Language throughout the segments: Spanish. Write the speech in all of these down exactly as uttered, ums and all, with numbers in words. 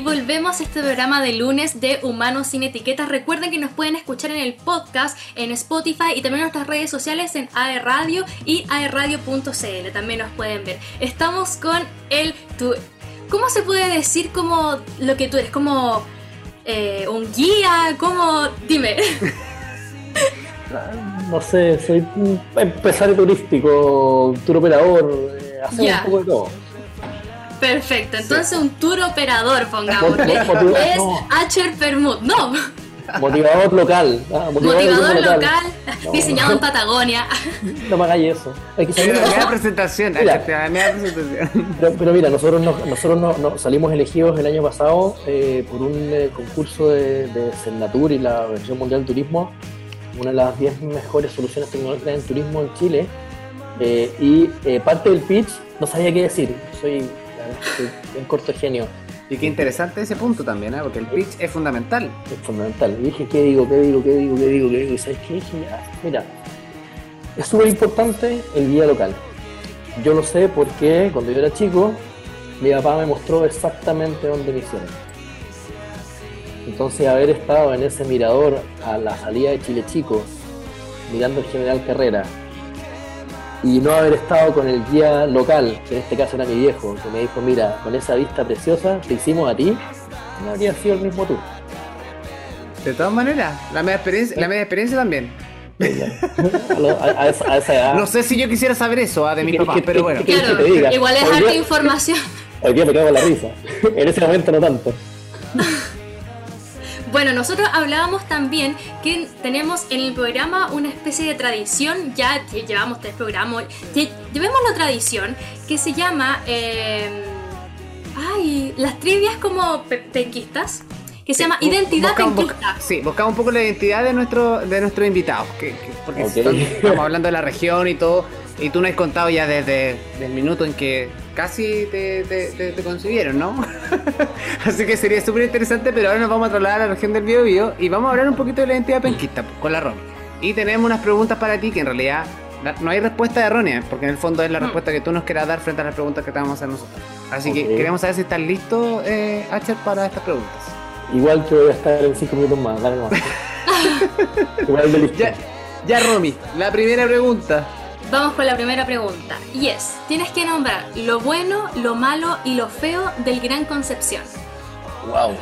volvemos a este programa de lunes de Humanos Sin Etiquetas. Recuerden que nos pueden escuchar en el podcast, en Spotify y también en nuestras redes sociales en A E Radio y a e radio punto c l. También nos pueden ver. Estamos con el... Tu, ¿cómo se puede decir como lo que tú eres? Como eh, un guía, como... Dime. No sé, soy un empresario turístico, tour operador, eh, hacemos yeah. un poco de todo. Perfecto, entonces un tour operador, pongámosle. Es no. Acher Permut, no. Motivador local. Ah, motivador motivador local, local no. Diseñado en Patagonia. No me hagáis eso. Es que me da presentación, mira, me da presentación. Pero, pero mira, nosotros, no, nosotros no, no, salimos elegidos el año pasado eh, por un eh, concurso de, de Senatur y la Organización Mundial del Turismo, una de las diez mejores soluciones tecnológicas en turismo en Chile. Eh, y eh, parte del pitch no sabía qué decir. Soy... en corto genio. Y qué interesante ese punto también, ¿eh? Porque el pitch es fundamental. Es fundamental. Y dije, ¿qué digo? ¿Qué digo? ¿Qué digo? ¿Qué digo? ¿Qué digo? ¿Y sabes qué? Dije, mira, es súper importante el guía local. Yo lo sé porque cuando yo era chico, mi papá me mostró exactamente dónde me hicieron. Entonces, haber estado en ese mirador a la salida de Chile Chico, mirando el General Carrera, y no haber estado con el guía local, que en este caso era mi viejo, que me dijo, mira, con esa vista preciosa te hicimos a ti, no habría sido el mismo tour. De todas maneras, la media experiencia, ¿sí? La media experiencia también. a, a, esa, a esa edad. No sé si yo quisiera saber eso ¿eh? de mi papá, pero bueno. ¿Qué, claro, que te diga? Igual es harta día, información. Hoy día me cago en la risa. En ese momento no tanto. Bueno, nosotros hablábamos también que tenemos en el programa una especie de tradición, ya que llevamos tres programas, llevemos la tradición que se llama, eh, ay, las trivias como pe penquistas, que se sí, llama Identidad Penquista. Sí, buscamos un poco la identidad de nuestro de nuestros invitados, que, que, porque okay. estamos hablando de la región y todo, y tú nos has contado ya desde, desde el minuto en que casi te, te, te, te concibieron, ¿no? Así que sería súper interesante, pero ahora nos vamos a trasladar a la región del Biobío y vamos a hablar un poquito de la identidad penquista con la Romy. Y tenemos unas preguntas para ti que en realidad no hay respuesta errónea, porque en el fondo es la respuesta que tú nos quieras dar frente a las preguntas que te vamos a hacer nosotros. Así okay. que queremos saber si estás listo, eh, Acher, para estas preguntas. Igual que voy a estar en cinco minutos más, dale más. Igual de listo. Ya, ya, Romy, la primera pregunta. Vamos con la primera pregunta. Y es, tienes que nombrar lo bueno, lo malo y lo feo del Gran Concepción. Wow.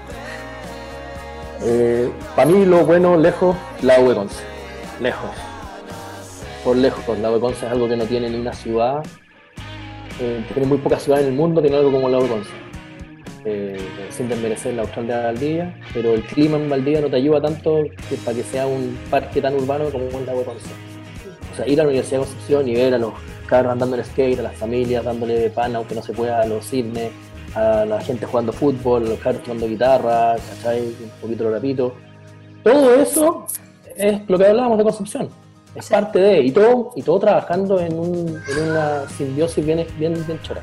Eh, para mí lo bueno, lejos, la U de Conce. Lejos. Por lejos, la U de Conce es algo que no tiene ni una ciudad. Eh, tiene muy pocas ciudades en el mundo, tiene algo como la U de Conce. Eh, sin desmerecer la Austral de Valdivia, pero el clima en Valdivia no te ayuda tanto que para que sea un parque tan urbano como es la U de Conce. O sea, ir a la Universidad de Concepción y ver a los carros andando en skate, a las familias dándole pan aunque no se pueda, a los cisnes, a la gente jugando fútbol, a los carros jugando guitarra, ¿cachai? Un poquito de rapito. Todo eso es lo que hablábamos de Concepción. Es sí. parte de, y todo, y todo trabajando en, un, en una simbiosis bien, bien, bien chora.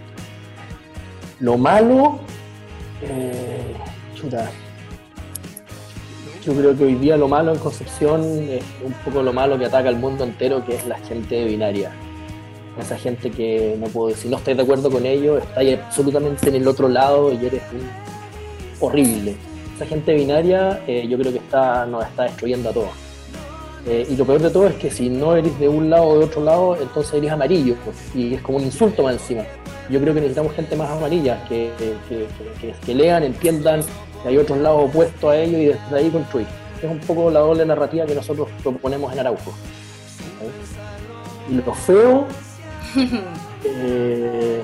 Lo malo, eh, chuta. Yo creo que hoy día lo malo en Concepción es un poco lo malo que ataca al mundo entero, que es la gente binaria. Esa gente que no puedo decir, no estoy de acuerdo con ellos, está ahí absolutamente en el otro lado y eres un horrible. Esa gente binaria eh, yo creo que está, nos está destruyendo a todos. Eh, y lo peor de todo es que si no eres de un lado o de otro lado, entonces eres amarillo, pues, y es como un insulto más encima. Yo creo que necesitamos gente más amarilla, que, que, que, que, que lean, entiendan que hay otros lados opuestos a ellos y desde ahí construir. Es un poco la doble narrativa que nosotros proponemos en Arauco. ¿Sí? Y lo feo, eh,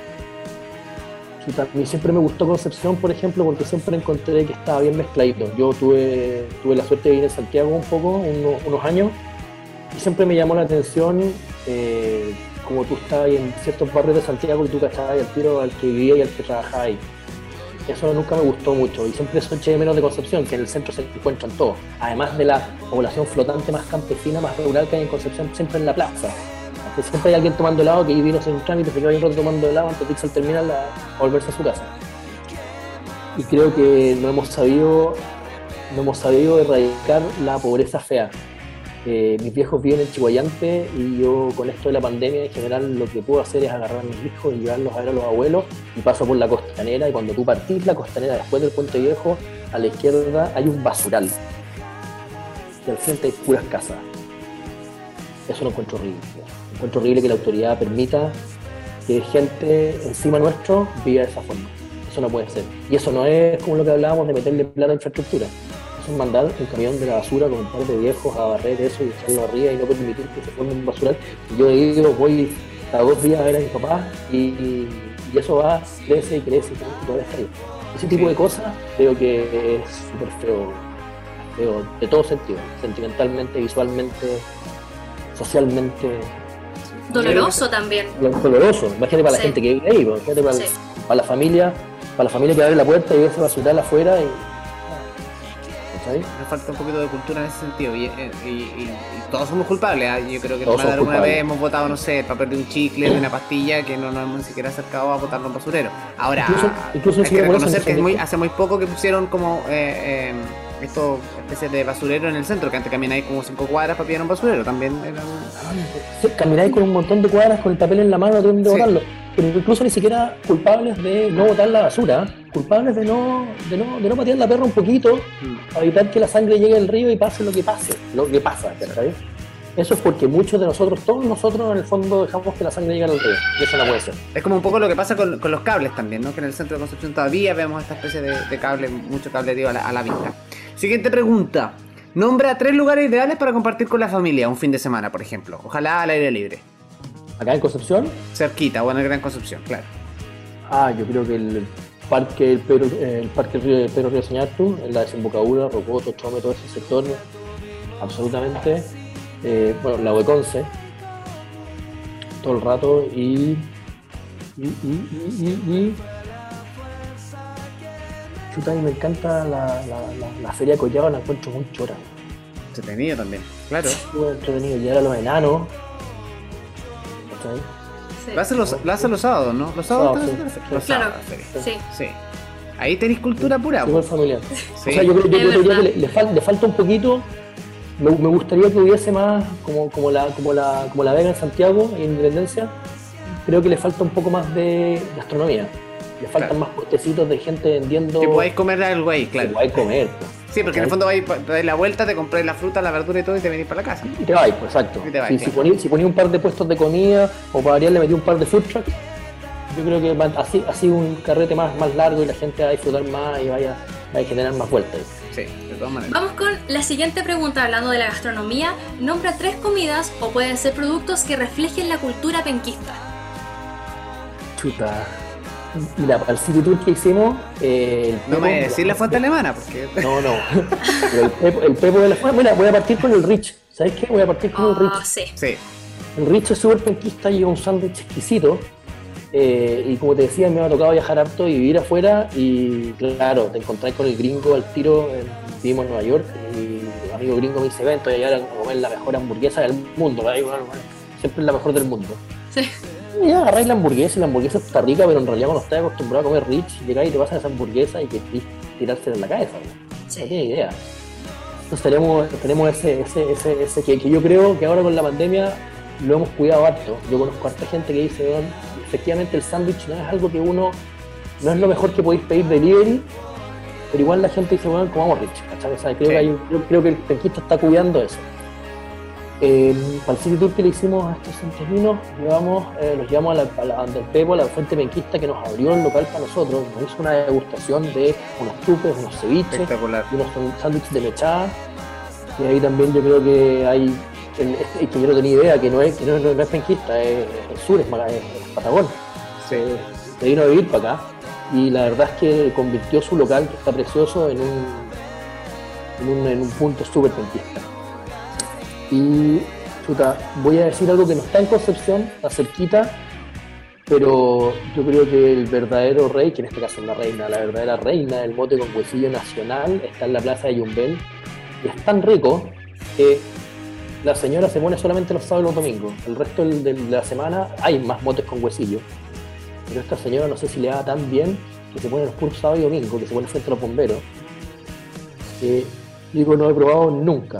a mí siempre me gustó Concepción, por ejemplo, porque siempre encontré que estaba bien mezcladito. Yo tuve, tuve la suerte de vivir en Santiago un poco, unos, unos años, y siempre me llamó la atención eh, como tú estabas en ciertos barrios de Santiago y tú cachabas el tiro al que vivía y al que trabajaba ahí. Eso nunca me gustó mucho y siempre eso eché de menos de Concepción, que en el centro se encuentran todos. Además de la población flotante más campesina, más rural que hay en Concepción, siempre en la plaza. Que siempre hay alguien tomando helado que vino sin trámite, se quedó ahí un rato tomando helado antes de irse al terminal a, a volverse a su casa. Y creo que no hemos sabido, no hemos sabido erradicar la pobreza fea. Eh, mis viejos viven en Chihuayante y yo con esto de la pandemia en general lo que puedo hacer es agarrar a mis hijos y llevarlos a ver a los abuelos y paso por la costanera y cuando tú partís la costanera después del Puente Viejo, a la izquierda hay un basural y al frente hay puras casas. Eso lo encuentro horrible. Encuentro horrible que la autoridad permita que gente encima nuestro viva de esa forma. Eso no puede ser. Y eso no es como lo que hablábamos de meterle plata a infraestructura. Eso es mandar un camión de la basura con un par de viejos a barrer eso y echarlo arriba y no permitir que se forme un basural. Y yo digo, voy cada dos días a ver a mis papás y, y eso va, crece y crece y todavía está ahí. Ese tipo de cosas creo que es súper feo, feo de todo sentido, sentimentalmente, visualmente, socialmente. Doloroso también. Doloroso, imagínate para sí. La gente que vive ahí, imagínate para, sí. para la familia, para la familia que abre la puerta y ve ese basural afuera y ¿sabes? Nos falta un poquito de cultura en ese sentido y, y, y, y todos somos culpables, ¿eh? Yo creo que todos alguna vez hemos botado, no sé, el papel de un chicle, de una pastilla que no nos hemos ni siquiera acercado a botarlo en basurero. Ahora, incluso, incluso hay que reconocer que es muy, hace muy poco que pusieron como eh, eh, estos especies de basurero en el centro, que antes camináis como cinco cuadras para pillar un basurero, también era un... sí, camináis con un montón de cuadras con el papel en la mano, no tienen de sí. botarlo. Pero incluso ni siquiera culpables de no botar la basura, culpables de no, de no, de no patear la perra un poquito mm. para evitar que la sangre llegue al río y pase lo que pase, lo que pasa, ¿sabes? Eso es porque muchos de nosotros, todos nosotros en el fondo dejamos que la sangre llegue al río, y eso no puede ser. Es como un poco lo que pasa con, con los cables también, ¿no? Que en el centro de Concepción todavía vemos esta especie de, de cable, mucho cablerío a la, a la vista. Siguiente pregunta. Nombra tres lugares ideales para compartir con la familia un fin de semana, por ejemplo. Ojalá al aire libre. ¿Acá en Concepción? Cerquita, o en el Gran Concepción, claro. Ah, yo creo que el parque el Pedro, el parque Río, Pedro Río Sañartu, en la desembocadura, Rocoto, Chome, todo ese sector, absolutamente. Eh, bueno, la Hueconce, todo el rato, y... y, y, y, y, y chuta, y me encanta la, la, la, la Feria Collado, la encuentro muy chora. Entretenido también, claro. Muy entretenido, llegar a los enanos. Sí. Lo hacen los, lo hacen los sábados, ¿no? Los sábados, no, sí. Los claro. sábados, sí. sí. Ahí tenéis cultura pura. Muy familiar. Sí. O sea, yo creo, yo, yo diría que le, le, fal, le falta un poquito. Me, me gustaría que hubiese más, como, como, la, como, la, como la Vega en Santiago, en Independencia. Creo que le falta un poco más de gastronomía. Le faltan claro. más puestecitos de gente vendiendo. Que podáis comer algo ahí, claro. Que podáis comer. Pues. Sí, porque en el fondo vais, dais la vuelta, te compráis la fruta, la verdura y todo y te venís para la casa. Y te vais, pues exacto. Y te vais, si, claro. si, ponía, si ponía un par de puestos de comida o para variar le metí un par de food trucks, yo creo que va, así, así un carrete más, más largo y la gente va a disfrutar más y vaya, va a generar más vueltas. Sí, de todas maneras. Vamos con la siguiente pregunta, hablando de la gastronomía. Nombra tres comidas o pueden ser productos que reflejen la cultura penquista. Chuta. Mira, para el City Tour que hicimos... Eh, el no Pepo, me voy a decir la fuente alemana, porque... No, no. Pero el Pepo, el Pepo de la fuente... Mira, voy a partir con el Rich. ¿Sabes qué? Voy a partir con oh, el Rich. Sí. sí. El Rich es súper penquista y un sándwich exquisito. Eh, y como te decía, me ha tocado viajar harto y vivir afuera. Y claro, te encontrás con el gringo al tiro. Eh, vivimos en Nueva York y mi amigo gringo me dice, ven, estoy allá a comer la mejor hamburguesa del mundo. ¿Verdad? Siempre es la mejor del mundo. Sí. Y ya agarráis la hamburguesa y la hamburguesa está rica, pero en realidad cuando estás acostumbrado a comer Rich, llegáis y te pasan esa hamburguesa y que tirársela en la cabeza, ¿no? Sí. No tiene idea. Entonces tenemos, tenemos ese, ese, ese, ese que, que yo creo que ahora con la pandemia lo hemos cuidado harto. Yo conozco a harta gente que dice, bueno, efectivamente el sándwich no es algo que uno, no es lo mejor que podéis pedir delivery, pero igual la gente dice, bueno, comamos Rich, ¿cachai? O sea, creo, sí. que hay, yo creo que el penquista está cuidando eso. Eh, para el City Tour que le hicimos a estos santiaguinos, llevamos, eh, los llevamos a la, a la, a del Pepo, a la fuente penquista que nos abrió el local para nosotros, nos hizo una degustación de unos tupes, unos ceviches, y unos sándwiches de mechada, y ahí también yo creo que hay, el, el, que yo no tenía idea, que no es, que no, no, no es penquista, es el sur, es, es, es Patagón, sí. se vino a vivir para acá, y la verdad es que convirtió su local, que está precioso, en un, en un, en un punto súper penquista. Y, chuta, voy a decir algo que no está en Concepción, está cerquita, pero yo creo que el verdadero rey, que en este caso es la reina, la verdadera reina del mote con huesillo nacional, está en la plaza de Yumbel, y es tan rico que la señora se pone solamente los sábados y los domingos, el resto de la semana hay más motes con huesillo, pero esta señora no sé si le da tan bien que se pone los puros sábados y domingos, que se pone frente a los bomberos, que digo, no he probado nunca.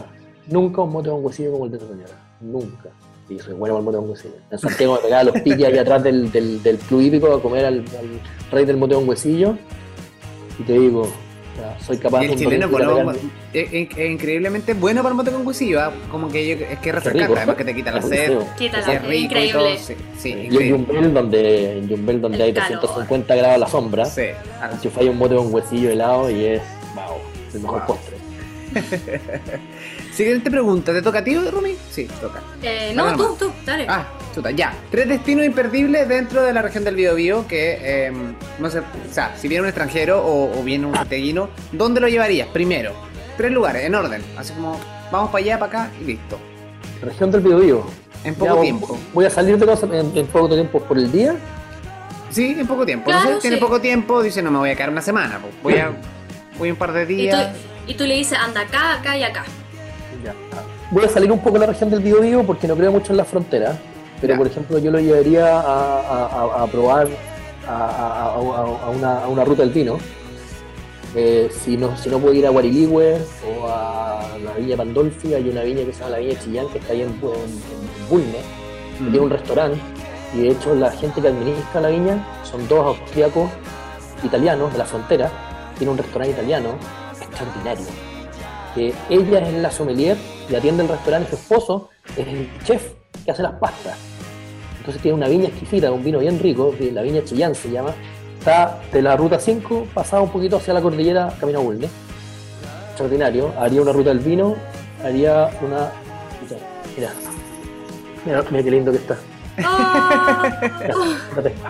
nunca un mote con huesillo como el de esa señora. Nunca. Y soy bueno para el mote con huesillo. En Santiago me pegaba los piques ahí atrás del, del, del club hípico a comer al, al rey del mote con huesillo. Y te digo, ya, soy capaz Y el de... chileno bueno, pegar... es, es, es increíblemente bueno para el mote con huesillo, ¿eh? Como que yo, es que es refrescante, además que te quita la sed, Quita es la- rico increíble. y todo. Sí, sí, Y en increíble. Yumbel, donde, en Yumbel, donde El hay calor. trescientos cincuenta grados a la sombra, Sí. si falla un mote con huesillo helado y es, wow, el mejor Wow. postre. Siguiente pregunta, ¿te toca a ti, Rumi? Sí, toca. Eh, no, Dale tú, nomás. tú, dale. Ah, chuta, ya. Tres destinos imperdibles dentro de la región del Biobío que, eh, no sé, o sea, si viene un extranjero o, o viene un santiaguino, ¿dónde lo llevarías? Primero, tres lugares, en orden, así como vamos para allá, para acá y listo. Región del Biobío. En poco Ya, tiempo. Voy a salir de cosas en, en poco tiempo por el día. Sí, en poco tiempo. Claro, no sé, tiene sí. poco tiempo, dice, no me voy a quedar una semana, pues, voy a voy un par de Y tú, días. y tú le dices, anda acá, acá y acá. Ya. Voy a salir un poco de la región del Biobío porque no creo mucho en la frontera. Pero, Ya. por ejemplo, yo lo llevaría a, a- a- a probar a, a- a- a una, a una ruta del vino. Eh, si, no, si no puedo ir a Guariligüe o a la Viña Pandolfi, hay una viña que se llama la Viña Chillán, que está ahí en, en, en Bulnes, que Mm. tiene un restaurante. Y de hecho, la gente que administra la viña son dos austríacos italianos de la frontera. Tiene un restaurante italiano extraordinario. Que ella es la sommelier y atiende el restaurante, y su esposo es el chef que hace las pastas. Entonces tiene una viña exquisita, un vino bien rico, que la Viña Chillán se llama. Está de la ruta cinco, pasado un poquito hacia la cordillera, camino a Bulnes. Extraordinario. Haría una ruta del vino, haría una... Mira, mira, mira qué lindo que está. Ah, Mira, espérate.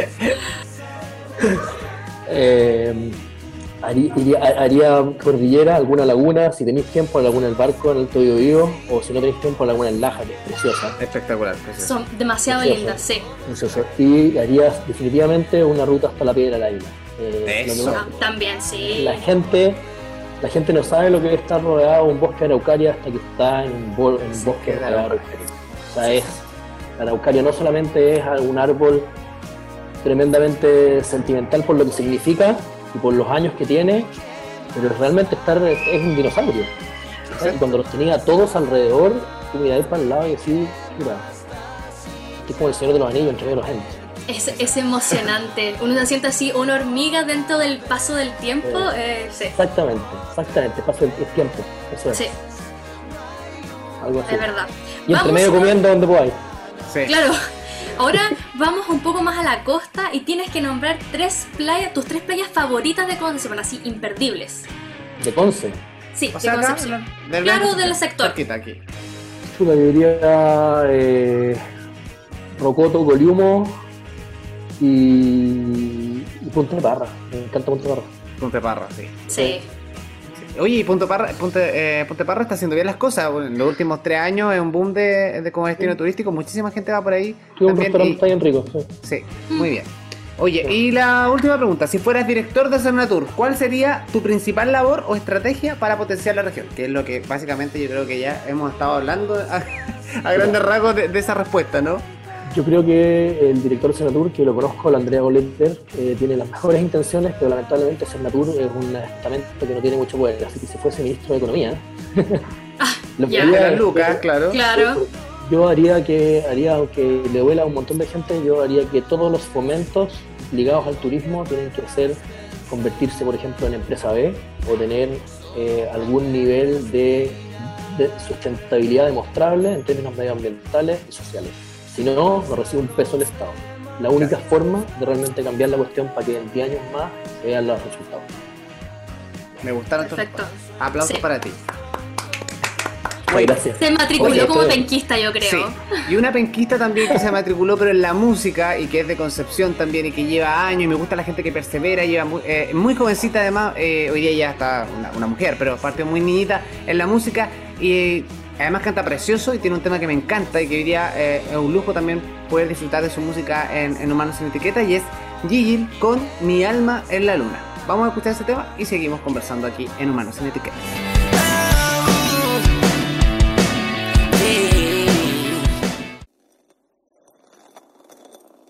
Eh, haría, iría- haría cordillera, alguna laguna, si tenéis tiempo, la laguna del Barco en el Alto Biobío, o si no tenéis tiempo, la laguna del Laja, que es preciosa. Espectacular. precioso. son demasiado Precioso. lindas, sí. Precioso. Y haría definitivamente una ruta hasta la Piedra del Águila. Eh, lo que Eso. más- Ah, también, sí. la gente la gente no sabe lo que es estar rodeado de un bosque de araucaria hasta que está en un, bo- en un Sí, bosque de de araucaria. araucaria. O sea, es, la araucaria no solamente es un árbol tremendamente sentimental por lo que significa y por los años que tiene, pero realmente estar es un dinosaurio. Sí. Y cuando los tenía todos alrededor, tú miráis para el lado y decís, mira, es como el Señor de los Anillos entre medio de la gente. Es, es emocionante. Uno se siente así, una hormiga dentro del paso del tiempo. Eh, sí, Exactamente, exactamente, pasa el, el tiempo. Eso es, sí, algo así. es verdad. Y entre Vamos medio a- comiendo donde podáis. Sí. Claro. Ahora vamos un poco más a la costa y tienes que nombrar tres playas, tus tres playas favoritas de Concepción, así imperdibles. De Conce. Sí, O de sea, acá, Concepción. del Claro, blanco, del sector. cerquita aquí. Chuta, yo diría eh, Rocoto, Coliumo y, y Punta de Parra. Me encanta Punta de Parra. Punta Parra, sí. Sí. Oye, y Punta Parra, Punta, eh, Punta Parra está haciendo bien las cosas. Bueno, en los últimos tres años es un boom de, de como destino Sí. turístico. Muchísima gente va por ahí. Tiene un también, restaurante y- está bien rico. Sí. Sí, muy bien. Oye, y la última pregunta. Si fueras director de Cernatur, ¿cuál sería tu principal labor o estrategia para potenciar la región? Que es lo que básicamente yo creo que ya hemos estado hablando a, a grandes rasgos de, de esa respuesta, ¿no? Yo creo que el director de Senatur, que lo conozco, el Andrea Goleter, eh, tiene las mejores intenciones, pero lamentablemente Senatur es un estamento que no tiene mucho poder. Así que si fuese ministro de Economía, Ah, lo que ya. haría De las es- lucas, claro. Claro. yo haría que, haría, aunque le duela a un montón de gente, yo haría que todos los fomentos ligados al turismo tienen que ser, convertirse, por ejemplo, en empresa B o tener eh, algún nivel de, de sustentabilidad demostrable en términos medioambientales y sociales. Si no, no recibe un peso el Estado. La única forma de realmente cambiar la cuestión para que en diez años más se vean los resultados. Me gustaron tus Perfecto. respuestas. Aplausos Sí. para ti. Muchas gracias. Se matriculó Oye, como esto- penquista, yo creo. Sí, y una penquista también que se matriculó, pero en la música y que es de Concepción también y que lleva años y me gusta la gente que persevera, lleva muy, eh, muy jovencita además, eh, hoy día ya está una, una mujer, pero partió muy niñita en la música y eh, además canta precioso y tiene un tema que me encanta y que hoy día eh, es un lujo también poder disfrutar de su música en, en Humanos Sin Etiqueta y es Gigil con Mi Alma en la Luna. Vamos a escuchar ese tema y seguimos conversando aquí en Humanos Sin Etiqueta.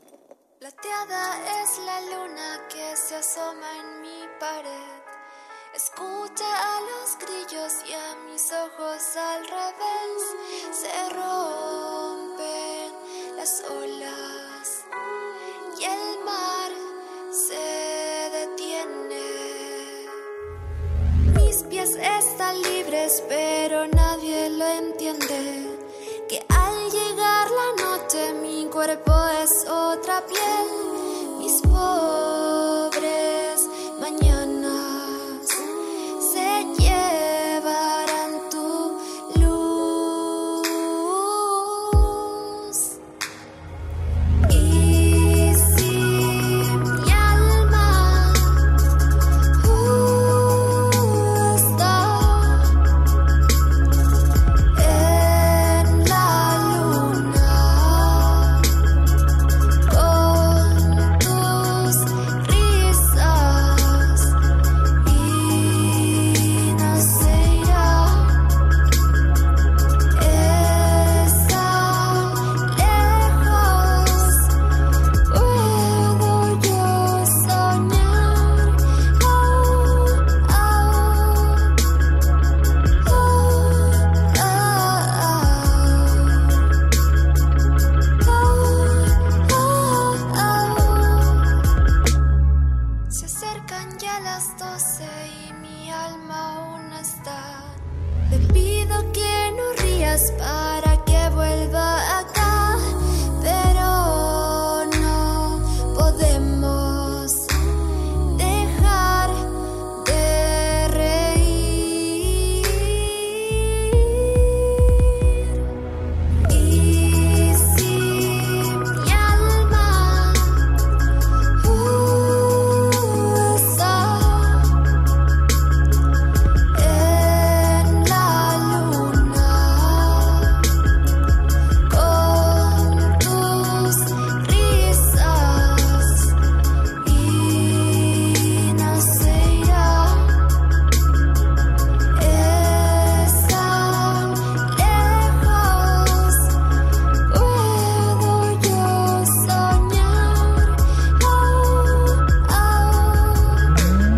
Plateada es la luna que se asoma en mi pared Escucha a los grillos y a mis ojos al revés. Se rompen las olas y el mar se detiene. Mis pies están libres, pero nadie lo entiende. Que al llegar la noche mi cuerpo es otra piel. Mis pobres mañanas se llevarán tu luz. Y si mi alma uh, está en la luna con tus risas y no se irá, está lejos, puedo yo soñar. Oh, oh, se acercan ya las doce y mi alma aún no está. Te pido que no rías para que vuelva acá, pero no podemos dejar de reír. Y si mi alma uh, está en la luna con tus risas y no se irá, está lejos, puedo yo soñar. Oh, oh.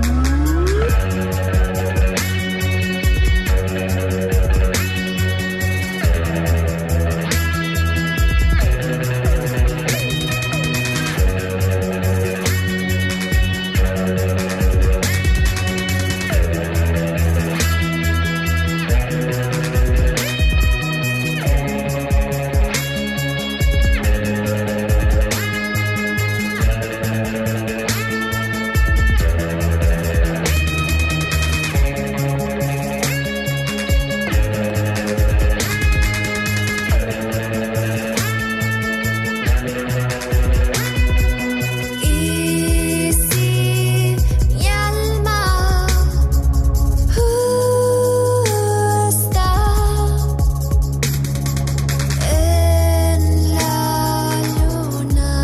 Y si mi alma uh, está en la luna.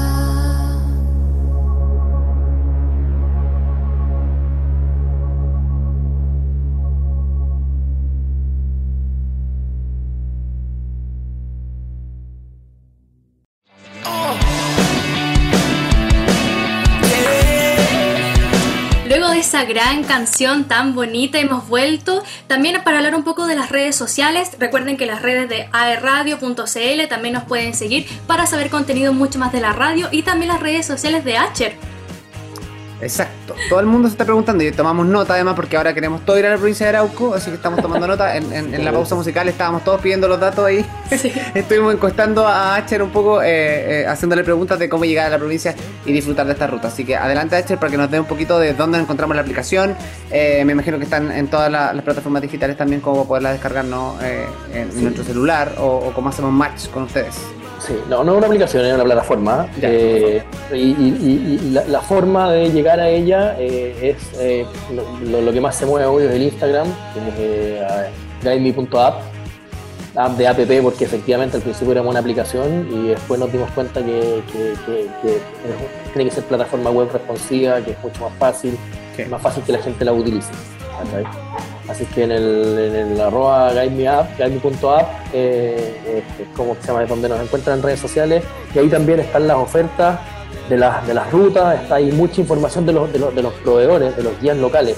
Luego de esa gran canción tan bonita hemos vuelto también para hablar un poco de las redes sociales. Recuerden que las redes de aerradio punto cl también nos pueden seguir para saber contenido mucho más de la radio, y también las redes sociales de Acher. Exacto. Todo el mundo se está preguntando y tomamos nota además porque ahora queremos todo ir a la provincia de Arauco, así que estamos tomando nota. En, en, en la pausa musical estábamos todos pidiendo los datos ahí. Sí. Estuvimos encuestando a Acher un poco, eh, eh, haciéndole preguntas de cómo llegar a la provincia y disfrutar de esta ruta. Así que adelante, Acher, para que nos dé un poquito de dónde encontramos la aplicación. Eh, me imagino que están en todas la, las plataformas digitales también, como poderla descargar, ¿no? eh, en Sí. nuestro celular o, o cómo hacemos match con ustedes. Sí, no, no es una aplicación, es una plataforma. Eh, y y, y, y la, la forma de llegar a ella eh, es eh, lo, lo que más se mueve hoy es el Instagram, que es eh, guide me punto app, app de app, porque efectivamente al principio éramos una aplicación y después nos dimos cuenta que, que, que, que tiene que ser plataforma web responsiva, que es mucho más fácil, Sí. es más fácil que la gente la utilice. ¿Okay? Así que en el, en el arroba guidemeapp, guide me punto app, eh, es como se llama, es donde nos encuentran en redes sociales, y ahí también están las ofertas de las, de las rutas, está ahí mucha información de los, de los, de los proveedores, de los guías locales.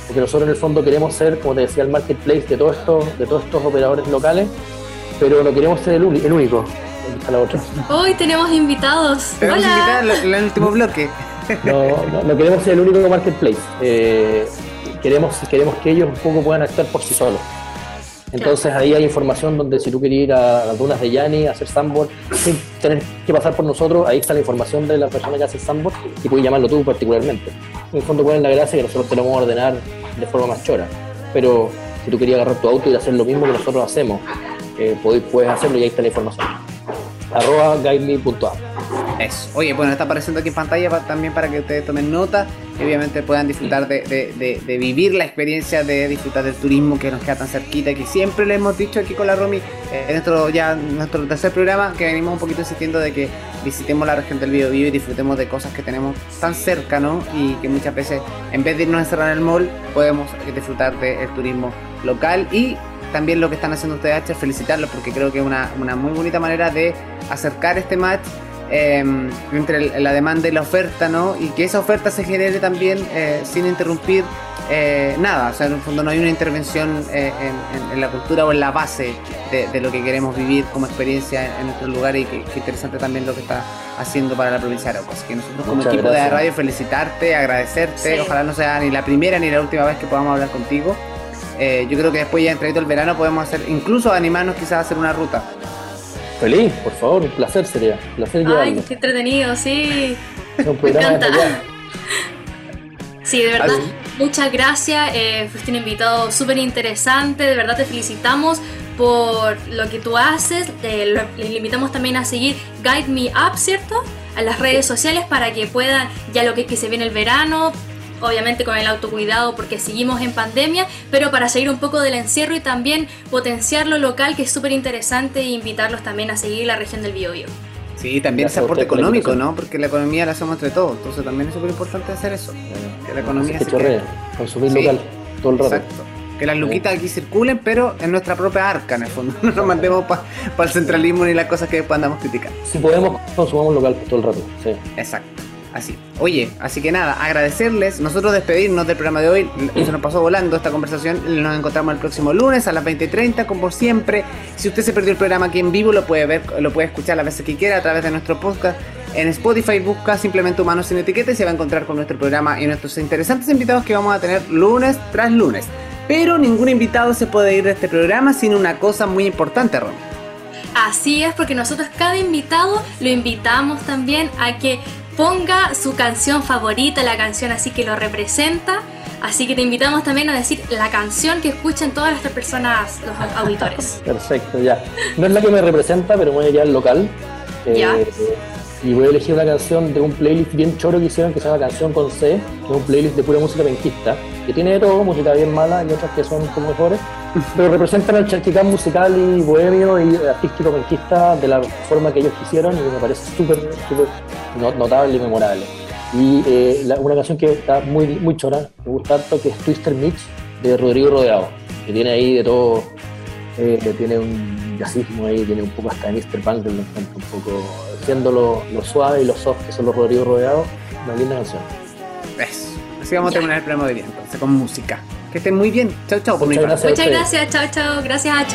porque nosotros en el fondo queremos ser, como te decía, el marketplace de todos estos, de todos estos operadores locales, pero no queremos ser el, uni- el único. Ahí está la otra. Hoy tenemos invitados. Tenemos Hola. invitados en el último bloque. No, no, no queremos ser el único marketplace. Eh, queremos, queremos que ellos un poco puedan actuar por sí solos. Entonces ahí hay información donde si tú quieres ir a las dunas de Yani a hacer sandboard sin tener que pasar por nosotros, ahí está la información de la persona que hace sandboard y puedes llamarlo tú particularmente. En el fondo, cuál es la gracia, que nosotros te lo vamos a ordenar de forma más chora. Pero si tú querías agarrar tu auto y hacer lo mismo que nosotros hacemos, eh, puedes, puedes hacerlo y ahí está la información. Arroba guideme punto app. Eso. Oye, bueno, está apareciendo aquí en pantalla para, también para que ustedes tomen nota y obviamente puedan disfrutar de, de, de, de vivir la experiencia de disfrutar del turismo que nos queda tan cerquita, que siempre le hemos dicho aquí con la Romy, eh, en nuestro, ya, nuestro tercer programa, que venimos un poquito insistiendo de que visitemos la región del Biobío y disfrutemos de cosas que tenemos tan cerca, ¿no? Y que muchas veces, en vez de irnos a encerrar en el mall, podemos disfrutar del turismo local. Y también lo que están haciendo ustedes, H, felicitarlos, porque creo que es una, una muy bonita manera de acercar este match Eh, entre la demanda y la oferta, ¿no? Y que esa oferta se genere también eh, sin interrumpir eh, nada, o sea, en el fondo no hay una intervención eh, en, en, en la cultura o en la base de, de lo que queremos vivir como experiencia en, en nuestro lugar, y que, que interesante también lo que está haciendo para la provincia de Arauco. Así que nosotros como Muchas equipo gracias. de radio felicitarte, agradecerte, Sí. Ojalá no sea ni la primera ni la última vez que podamos hablar contigo. Eh, yo creo que después ya entradito el verano podemos hacer, incluso animarnos quizás a hacer una ruta. Feliz, por favor, un placer sería. Un placer Ay, llevarlo. qué entretenido, sí. Es un Me programa encanta. de allá. Sí, de verdad, Así. muchas gracias. Eh, fuiste un invitado súper interesante. De verdad te felicitamos por lo que tú haces. Eh, lo- les invitamos también a seguir Guide Me Up, ¿cierto? A las redes sociales para que puedan, ya lo que, que se viene el verano, obviamente con el autocuidado porque seguimos en pandemia, pero para seguir un poco del encierro y también potenciar lo local, que es súper interesante, e invitarlos también a seguir la región del Biobío. Sí, también Gracias ese a aporte usted por la económico, invitación. ¿no? Porque la economía la hacemos entre todos, entonces también es súper importante hacer eso. Que la economía que se chorrea, quede. consumir Sí. local todo el rato. Exacto. Que las luquitas aquí circulen, pero en nuestra propia arca, en el fondo. No nos mandemos para el centralismo ni las cosas que después andamos criticando. Si podemos, consumamos local todo el rato. Sí. Exacto. Así. Oye, así que nada, agradecerles, nosotros despedirnos del programa de hoy. Se nos pasó volando esta conversación. Nos encontramos el próximo lunes a las veinte treinta, como siempre. Si usted se perdió el programa aquí en vivo, lo puede ver, lo puede escuchar las veces que quiera a través de nuestro podcast. En Spotify busca simplemente Humanos Sin Etiqueta y se va a encontrar con nuestro programa y nuestros interesantes invitados que vamos a tener lunes tras lunes. Pero ningún invitado se puede ir de este programa sin una cosa muy importante, Ron. Así es, porque nosotros cada invitado lo invitamos también a que ponga su canción favorita, la canción así que lo representa. Así que te invitamos también a decir la canción que escuchen todas las personas, los auditores. Perfecto, ya. No es la que me representa, pero voy a llevar al local. Eh, Ya. Y voy a elegir una canción de un playlist bien choro que hicieron, que se llama Canción con C, que es un playlist de pura música penquista, que tiene de todo, música bien mala y otras que son un poco mejores, pero representan el charquicán musical y bohemio y artístico penquista de la forma que ellos quisieron, y me parece súper, súper no- notable y memorable. Y eh, la- una canción que está muy, muy chora, me gusta harto, que es Twister Mix, de Rodrigo Rodeado, que tiene ahí de todo. Eh, tiene un jazzismo ahí, tiene un poco hasta de mister Bungle, lo encuentro un poco, siendo lo, lo suave y lo soft que son los Rodrigo Rodeados, una linda canción. Eso. Así vamos a Ya. terminar el programa de hoy día, entonces, con música. Que estén muy bien. Chau, chau. Por mi Muchas parte. gracias. Muchas gracias, chao, chao. Gracias, H.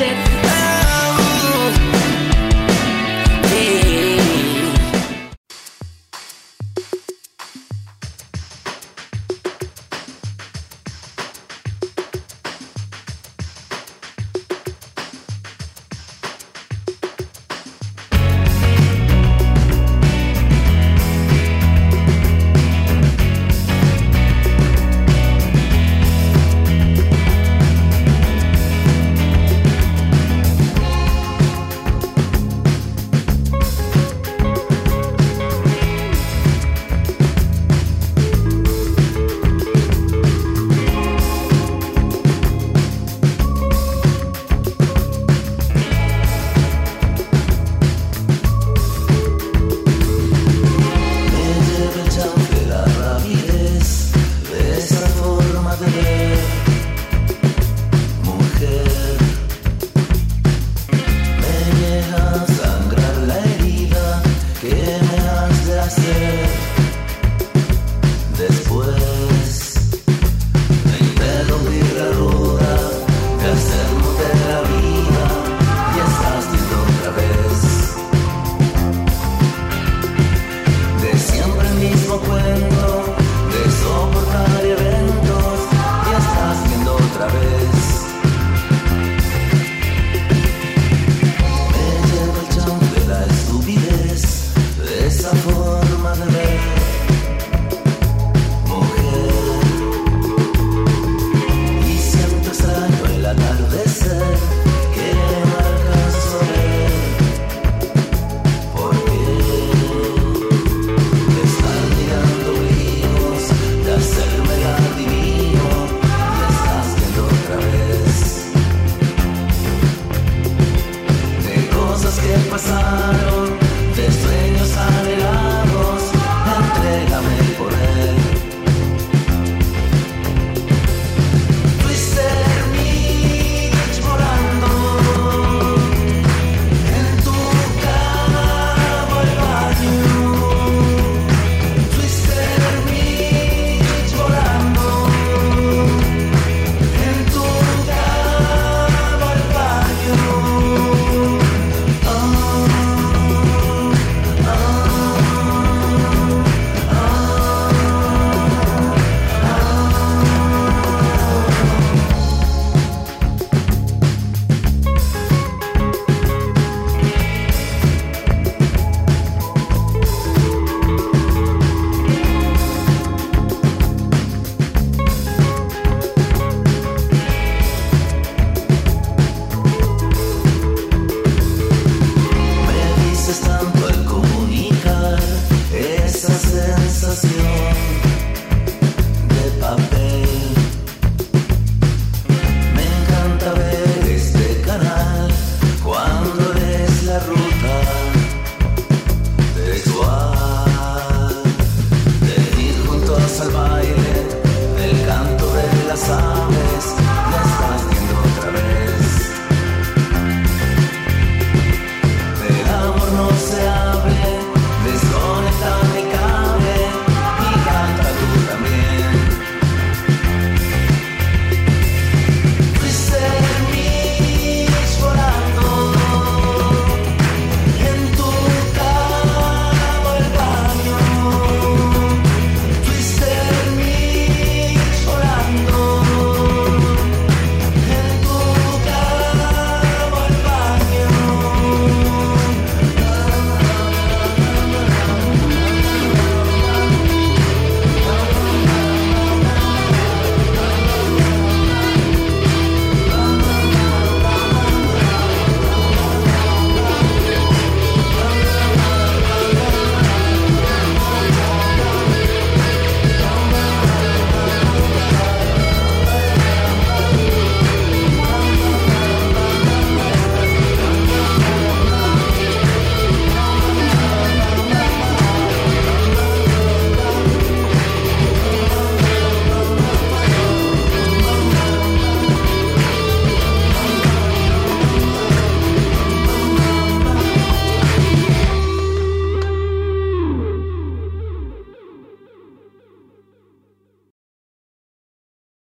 Me llega a sangrar la herida que me has de hacer.